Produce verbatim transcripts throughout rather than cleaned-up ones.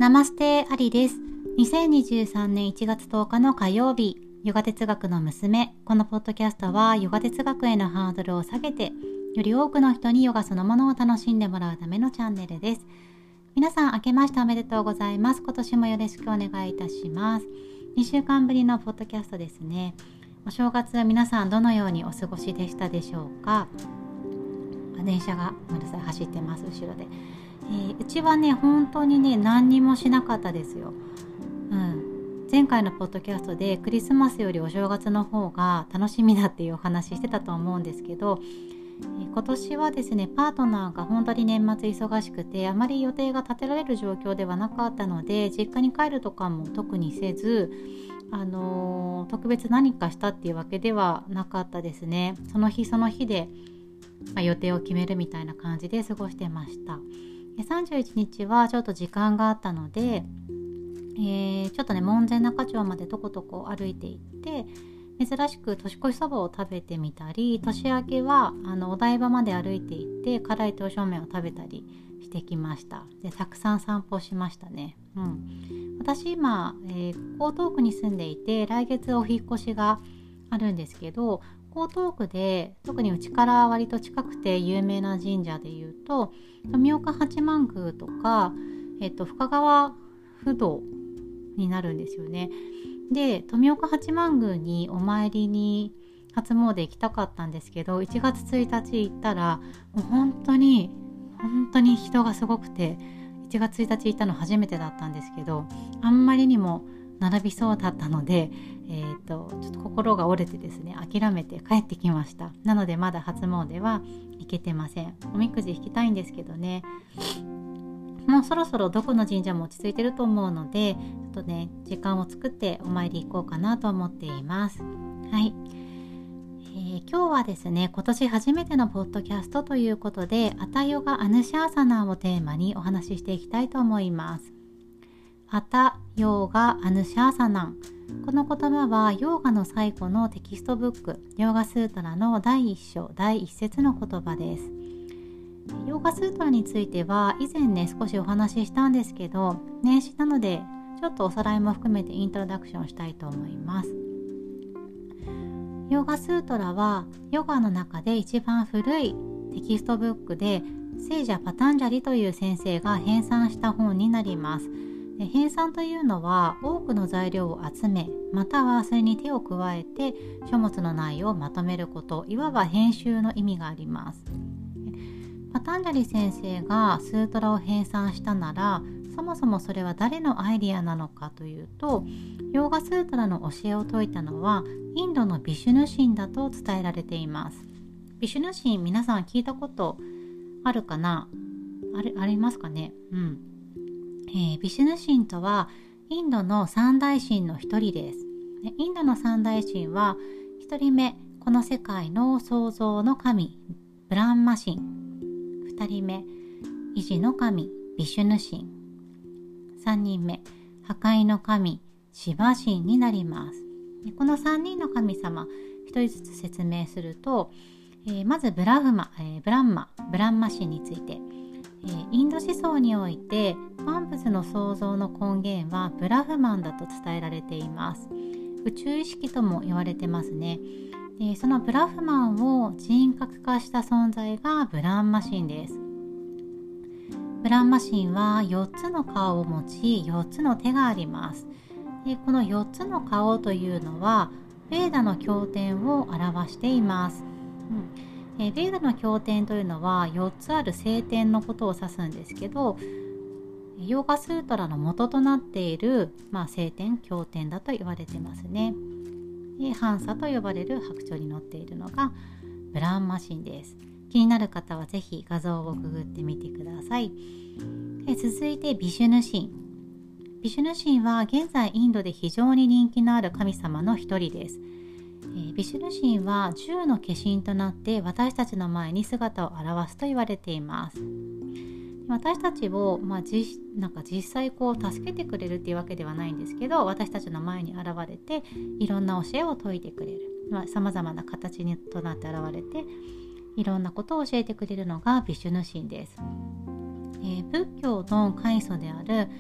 ナマステアリです。にせんにじゅうさんねんいちがつとおかの火曜日、ヨガ哲学の娘。このポッドキャストはヨガ哲学へのハードルを下げて、より多くの人にヨガそのものを楽しんでもらうためのチャンネルです。皆さん明けましておめでとうございます。今年もよろしくお願いいたします。にしゅうかんぶりのポッドキャストですね。お正月は皆さんどのようにお過ごしでしたでしょうか。電車がごめんなさい走ってます後ろで、えー、うちはね本当にね何にもしなかったですよ、うん、前回のポッドキャストでクリスマスよりお正月の方が楽しみだっていうお話してたと思うんですけど、えー、今年はですねパートナーが本当に年末忙しくてあまり予定が立てられる状況ではなかったので、実家に帰るとかも特にせず、あのー、特別何かしたっていうわけではなかったですね。その日その日でまあ、予定を決めるみたいな感じで過ごしてました。さんじゅういちにちはちょっと時間があったので、えー、ちょっとね門前仲町までとことこ歩いていって珍しく年越しそばを食べてみたり、年明けはあのお台場まで歩いていって辛い刀削麺を食べたりしてきました。でたくさん散歩しましたね、うん、私今、えー、江東区に住んでいて来月お引っ越しがあるんですけど、江東区で特にうちから割と近くて有名な神社でいうと富岡八幡宮とか、えっと、深川不動になるんですよね。で富岡八幡宮にお参りに初詣行きたかったんですけど、いちがつついたち行ったらもう本当に本当に人がすごくて、いちがつついたち行ったの初めてだったんですけど、あんまりにも並びそうだったので、えーと、ちょっと心が折れてですね諦めて帰ってきました。なのでまだ初詣は行けてません。おみくじ引きたいんですけどね、もうそろそろどこの神社も落ち着いてると思うので、ちょっとね時間を作ってお参り行こうかなと思っています。はい、えー、今日はですね今年初めてのポッドキャストということでアタヨガアヌシャーサナをテーマにお話ししていきたいと思います。アタヨーガアヌシャーサナン、この言葉はヨーガの最古のテキストブックヨーガスートラのだいいっ章だいいっ節の言葉です。ヨーガスートラについては以前ね少しお話ししたんですけど、年始なのでちょっとおさらいも含めてイントロダクションしたいと思います。ヨーガスートラはヨガの中で一番古いテキストブックで、聖者パタンジャリという先生が編纂した本になります。編纂というのは多くの材料を集め、またはそれに手を加えて書物の内容をまとめること、いわば編集の意味があります。パタンジャリ先生がスートラを編纂したなら、そもそもそれは誰のアイディアなのかというと、ヨーガスートラの教えを説いたのはインドのビシュヌ神だと伝えられています。ビシュヌ神、皆さん聞いたことあるかな、あれ、ありますかね。うんえー、ビシュヌ神とはインドの三大神の一人です。インドの三大神は一人目、この世界の創造の神ブランマ神、二人目、維持の神ビシュヌ神、三人目、破壊の神シバ神になります。この三人の神様一人ずつ説明すると、えー、まずブラフマ、えー、ブランマブランマ神について、インド思想において万物の創造の根源はブラフマンだと伝えられています。宇宙意識とも言われてますね。でそのブラフマンを人格化した存在がブランマ神です。ブランマ神はよっつの顔を持ちよっつの手があります。でこのよっつの顔というのはベーダの経典を表しています。うんえー、ベーダの経典というのはよっつある聖典のことを指すんですけど、ヨーガスートラの元となっている、まあ、聖典経典だと言われてますね。でハンサと呼ばれる白鳥に乗っているのがブランマ神です。気になる方はぜひ画像をググってみてください。え続いてビシュヌ神。ビシュヌ神は現在インドで非常に人気のある神様の一人です。ビシュヌ神はじゅうの化身となって私たちの前に姿を現すと言われています。私たちを、まあ、じなんか実際こう助けてくれるっていうわけではないんですけど、私たちの前に現れていろんな教えを説いてくれる、さまざまな形にとなって現れていろんなことを教えてくれるのがビシュヌ神です。えー、仏教の開祖である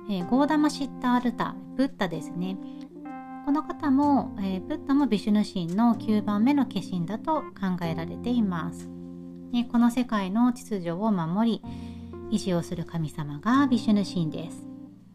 えー、ゴーダマシッタールタ、ブッダですね。この方も、えー、ブッダもビシュヌ神のきゅうばんめの化身だと考えられています。ね、この世界の秩序を守り維持をする神様がビシュヌ神です。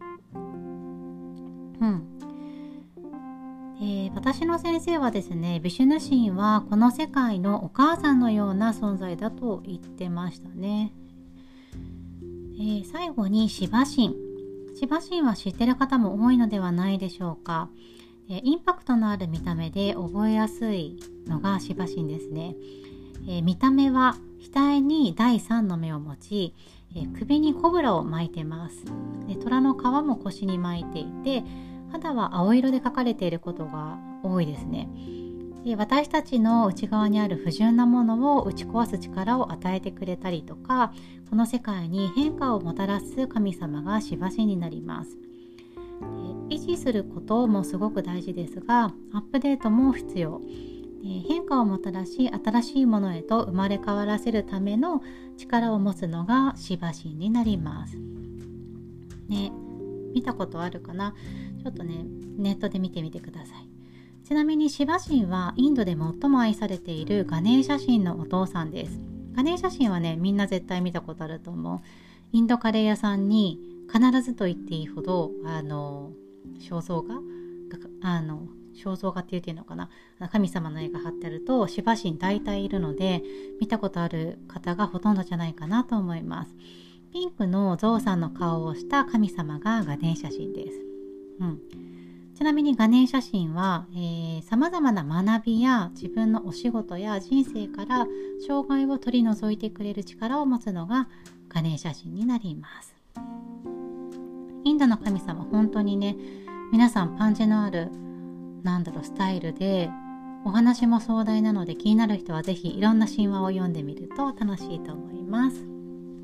うんえー、私の先生はですね、ビシュヌ神はこの世界のお母さんのような存在だと言ってましたね。えー、最後にシバ神。シバ神は知ってる方も多いのではないでしょうか。えー、インパクトのある見た目で覚えやすいのがシバ神ですね。えー、見た目は額にだいさんの目を持ち、えー、首にコブラを巻いてます。で、虎の皮も腰に巻いていて、肌は青色で描かれていることが多いですね。で、私たちの内側にある不純なものを打ち壊す力を与えてくれたりとか、この世界に変化をもたらす神様がシバ神になります。で、維持することもすごく大事ですが、アップデートも必要。変化をもたらし新しいものへと生まれ変わらせるための力を持つのがシバ神になります。ね、見たことあるかな？ちょっとね、ネットで見てみてください。ちなみにシバ神はインドで最も愛されているガネーシャ神のお父さんです。ガネーシャ神はね、みんな絶対見たことあると思う。インドカレー屋さんに必ずと言っていいほどあの肖像画あの肖像画って言っていいのかな、神様の絵が貼ってあるとシバ神大体いるので、見たことある方がほとんどじゃないかなと思います。ピンクのゾウさんの顔をした神様がガネーシャ神です。うん、ちなみにガネーシャ神はさまざまな学びや自分のお仕事や人生から障害を取り除いてくれる力を持つのがガネーシャ神になります。インドの神様、本当にね、皆さんパンチのあるなんだろうスタイルで、お話も壮大なので気になる人はぜひいろんな神話を読んでみると楽しいと思います。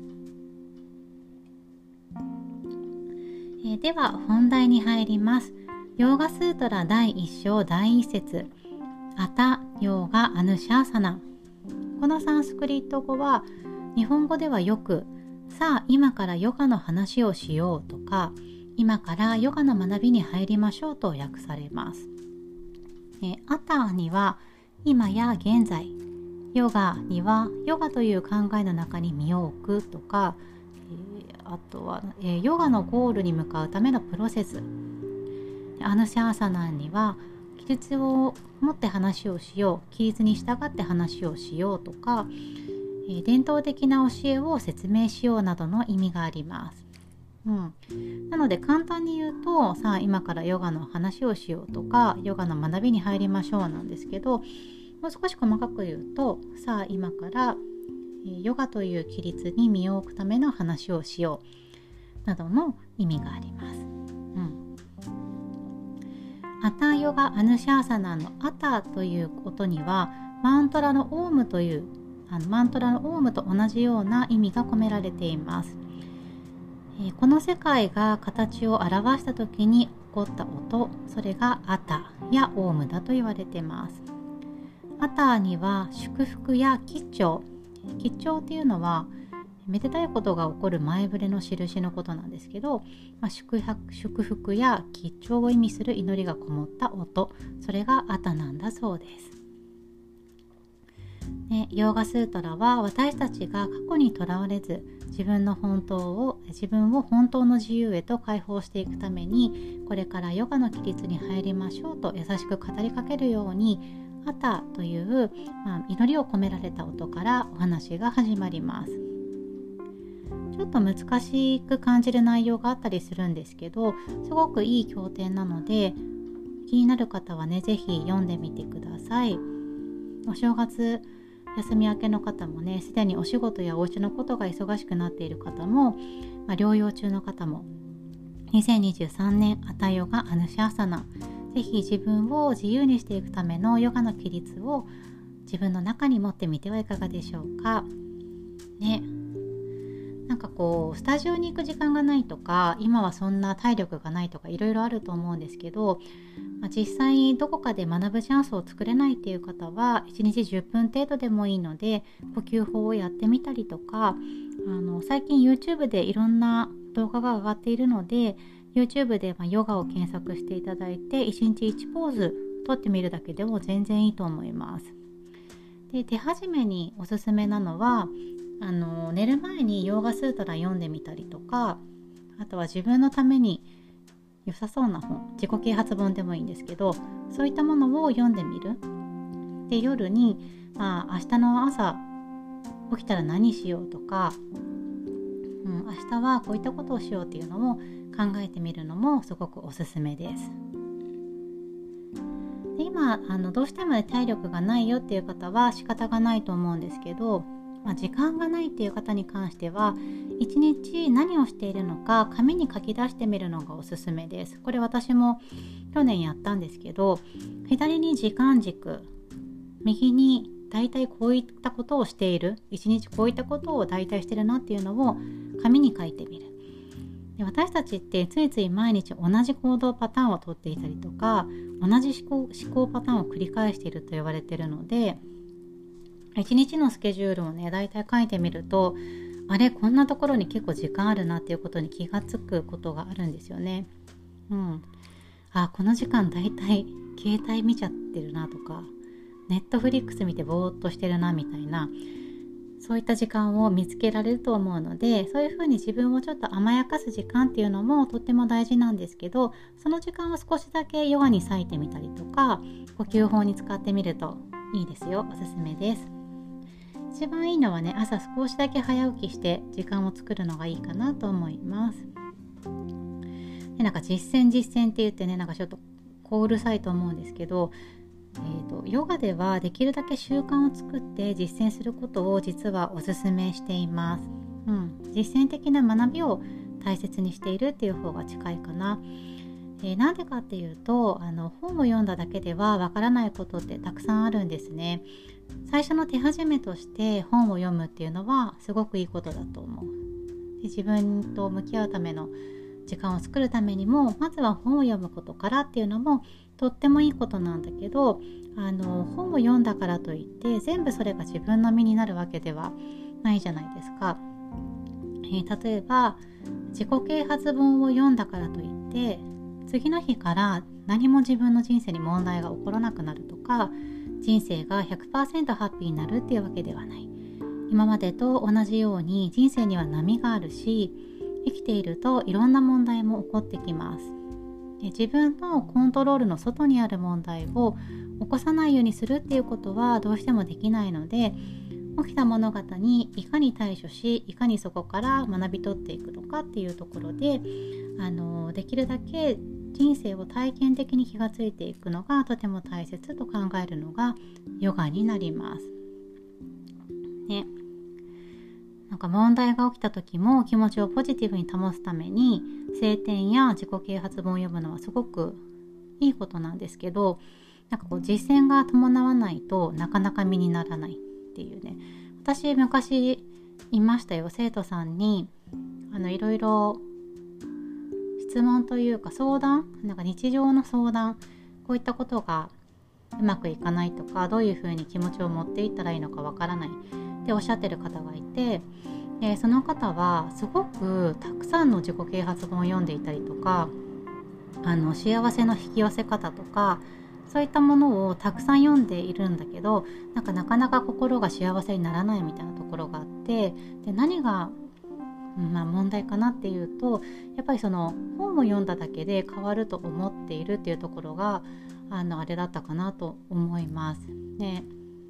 えー、では本題に入ります。ヨーガスートラだいいっ章だいいち節、アタヨーガアヌシャーサナ。このサンスクリット語は日本語ではよく、さあ今からヨガの話をしようとか、今からヨガの学びに入りましょうと訳されます。えアタには今や現在、ヨガにはヨガという考えの中に身を置くとか、えー、あとは、えー、ヨガのゴールに向かうためのプロセス。アヌシャーサナンには規律を持って話をしよう、規律に従って話をしようとか、えー、伝統的な教えを説明しようなどの意味があります。うん、なので簡単に言うと、さあ今からヨガの話をしようとか、ヨガの学びに入りましょうなんですけど、もう少し細かく言うと、さあ今からヨガという規律に身を置くための話をしようなどの意味があります。うん、アタヨガアヌシャーサナのアタということには、マントラのオームというあのマントラのオームと同じような意味が込められています。この世界が形を表した時に起こった音、それがアタやオームだと言われています。アタには祝福や吉兆、吉兆っていうのはめでたいことが起こる前触れの印のことなんですけど、まあ、祝福、祝福や吉兆を意味する祈りがこもった音、それがアタなんだそうです。ね、ヨーガスートラは私たちが過去にとらわれず、自分の本当を自分を本当の自由へと解放していくために、これからヨガの規律に入りましょうと優しく語りかけるように、アタという、まあ、祈りを込められた音からお話が始まります。ちょっと難しく感じる内容があったりするんですけど、すごくいい経典なので、気になる方はね、ぜひ読んでみてください。お正月休み明けの方もね、すでにお仕事やお家のことが忙しくなっている方も、まあ、療養中の方も、にせんにじゅうさんねんアタヨガアヌシャーサナ、ぜひ自分を自由にしていくためのヨガの規律を自分の中に持ってみてはいかがでしょうかね。 なんかこうスタジオに行く時間がないとか、今はそんな体力がないとかいろいろあると思うんですけど、まあ、実際どこかで学ぶチャンスを作れないっていう方はいちにちじゅっぷん程度でもいいので呼吸法をやってみたりとか、あの最近 YouTube でいろんな動画が上がっているので YouTube でまあヨガを検索していただいていちにちいちポーズとってみるだけでも全然いいと思います。で、手始めにおすすめなのはあの寝る前にヨーガスートラ読んでみたりとか、あとは自分のために良さそうな本、自己啓発本でもいいんですけど、そういったものを読んでみる。で、夜に、まあ、明日の朝起きたら何しようとか、うん、明日はこういったことをしようっていうのを考えてみるのもすごくおすすめです。で、今あのどうしても体力がないよっていう方は仕方がないと思うんですけど、まあ、時間がないっていう方に関してはいちにち何をしているのか紙に書き出してみるのがおすすめです。これ私も去年やったんですけど、左に時間軸、右にだいたいこういったことをしている、いちにちこういったことをだいたいしてるなっていうのを紙に書いてみる。で、私たちってついつい毎日同じ行動パターンをとっていたりとか、同じ思考、思考パターンを繰り返していると言われているので、いちにちのスケジュールをねだいたい書いてみると、あれこんなところに結構時間あるなっていうことに気がつくことがあるんですよね。うん。あ、この時間だいたい携帯見ちゃってるなとか、ネットフリックス見てぼーっとしてるなみたいな、そういった時間を見つけられると思うので、そういうふうに自分をちょっと甘やかす時間っていうのもとっても大事なんですけど、その時間を少しだけヨガに割いてみたりとか、呼吸法に使ってみるといいですよ。おすすめです。一番いいのはね、朝少しだけ早起きして時間を作るのがいいかなと思います。で、なんか実践実践って言ってね、なんかちょっとこううるさいと思うんですけど、えーと、ヨガではできるだけ習慣を作って実践することを実はおすすめしています。うん、実践的な学びを大切にしているっていう方が近いかな。えー、なんでかっていうと、あの本を読んだだけではわからないことってたくさんあるんですね。最初の手始めとして本を読むっていうのはすごくいいことだと思う。で、自分と向き合うための時間を作るためにも、まずは本を読むことからっていうのもとってもいいことなんだけど、あの本を読んだからといって全部それが自分の身になるわけではないじゃないですか。えー、例えば自己啓発本を読んだからといって次の日から何も自分の人生に問題が起こらなくなるとか、人生が ひゃくパーセント ハッピーになるっていうわけではない。今までと同じように人生には波があるし、生きているといろんな問題も起こってきます。で、自分のコントロールの外にある問題を起こさないようにするっていうことはどうしてもできないので、起きた物事にいかに対処し、いかにそこから学び取っていくのかっていうところで、あのできるだけ人生を体験的に気がついていくのがとても大切と考えるのがヨガになります。ね。なんか問題が起きた時も気持ちをポジティブに保つために聖典や自己啓発本を読むのはすごくいいことなんですけど、なんかこう実践が伴わないとなかなか身にならないっていうね。私昔いましたよ、生徒さんにあのいろいろ質問というか相談、なんか日常の相談、こういったことがうまくいかないとか、どういうふうに気持ちを持っていったらいいのかわからないっておっしゃってる方がいて、でその方はすごくたくさんの自己啓発本を読んでいたりとか、あの幸せの引き寄せ方とかそういったものをたくさん読んでいるんだけど、なんかなかなか心が幸せにならないみたいなところがあって、で何が、まあ、問題かなっていうと、やっぱりその本を読んだだけで変わると思っているっていうところがあのあれだったかなと思います。ね、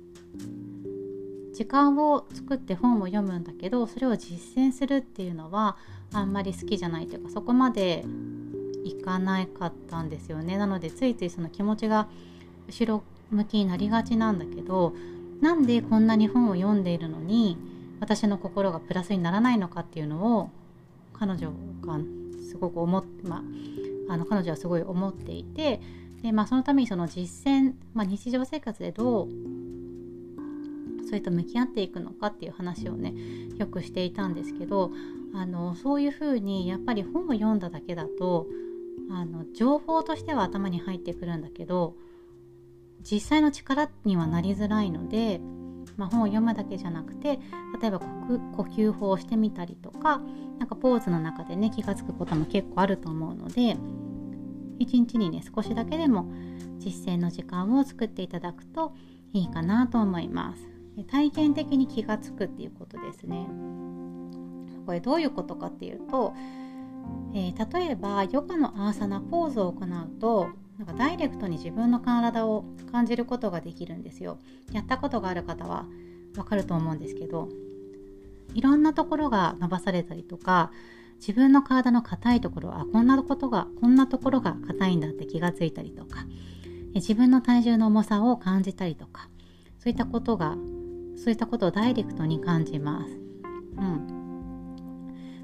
時間を作って本を読むんだけど、それを実践するっていうのはあんまり好きじゃないというか、そこまでいかなかったんですよね。なのでついついその気持ちが後ろ向きになりがちなんだけど、なんでこんなに本を読んでいるのに私の心がプラスにならないのかっていうのを彼女がすごく思って、まあ、あの彼女はすごい思っていて、で、まあ、そのためにその実践、まあ、日常生活でどうそれと向き合っていくのかっていう話をねよくしていたんですけど、あのそういうふうにやっぱり本を読んだだけだとあの情報としては頭に入ってくるんだけど実際の力にはなりづらいので、まあ、本を読むだけじゃなくて例えば呼吸法をしてみたりとかなんかポーズの中でね気がつくことも結構あると思うので、一日にね少しだけでも実践の時間を作っていただくといいかなと思います。体験的に気がつくっていうことですね。これどういうことかっていうと、えー、例えばヨガのアーサナポーズを行うとなんかダイレクトに自分の体を感じることができるんですよ。やったことがある方はわかると思うんですけど、いろんなところが伸ばされたりとか、自分の体の硬いところはこんなことがこんなところが硬いんだって気がついたりとか、自分の体重の重さを感じたりとか、そういったことがそういったことをダイレクトに感じます。うん。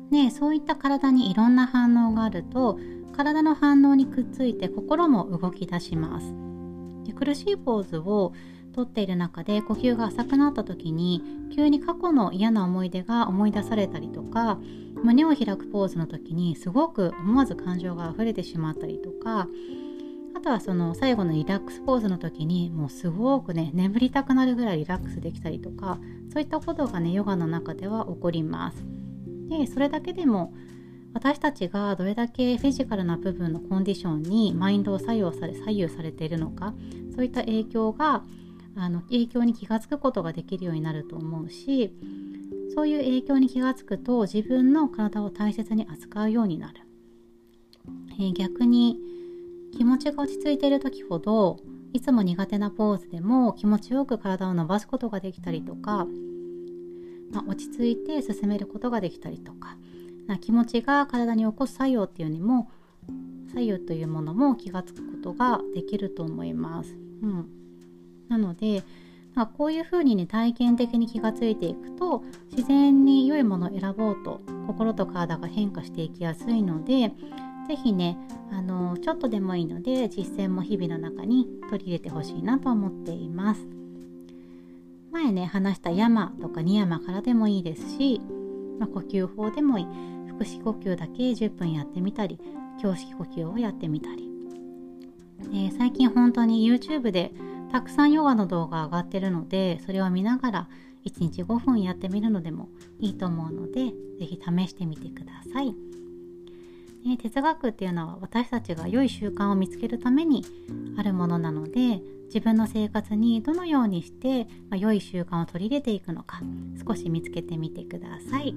で、そういった体にいろんな反応があると、体の反応にくっついて心も動き出します。で、苦しいポーズをとっている中で呼吸が浅くなった時に急に過去の嫌な思い出が思い出されたりとか、胸を開くポーズの時にすごく思わず感情が溢れてしまったりとか、あとはその最後のリラックスポーズの時にもうすごくね眠りたくなるぐらいリラックスできたりとか、そういったことがねヨガの中では起こります。で、それだけでも私たちがどれだけフィジカルな部分のコンディションにマインドを左右され左右されているのか、そういった影響があの影響に気がつくことができるようになると思うし、そういう影響に気がつくと自分の体を大切に扱うようになる。えー、逆に気持ちが落ち着いている時ほどいつも苦手なポーズでも気持ちよく体を伸ばすことができたりとか、まあ、落ち着いて進めることができたりとか、な気持ちが体に起こす作用っていうにも左右というものも気がつくことができると思います。うん、なので、まあ、こういうふうにね体験的に気がついていくと自然に良いものを選ぼうと心と体が変化していきやすいので、ぜひねあのちょっとでもいいので実践も日々の中に取り入れてほしいなと思っています。前ね話したヤマとかニヤマからでもいいですし、まあ、呼吸法でもいい、腹式呼吸だけじゅっぷんやってみたり、胸式呼吸をやってみたり、えー、最近本当に YouTube でたくさんヨガの動画上がってるので、それを見ながらいちにちごふんやってみるのでもいいと思うので、ぜひ試してみてください。ね、哲学っていうのは私たちが良い習慣を見つけるためにあるものなので、自分の生活にどのようにして、まあ、良い習慣を取り入れていくのか少し見つけてみてください。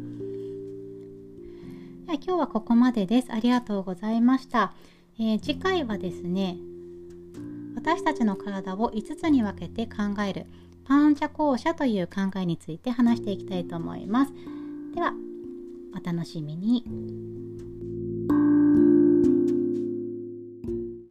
では今日はここまでです。ありがとうございました。えー、次回はですね、私たちの体をいつつに分けて考えるパンチャコーシャという考えについて話していきたいと思います。ではお楽しみに。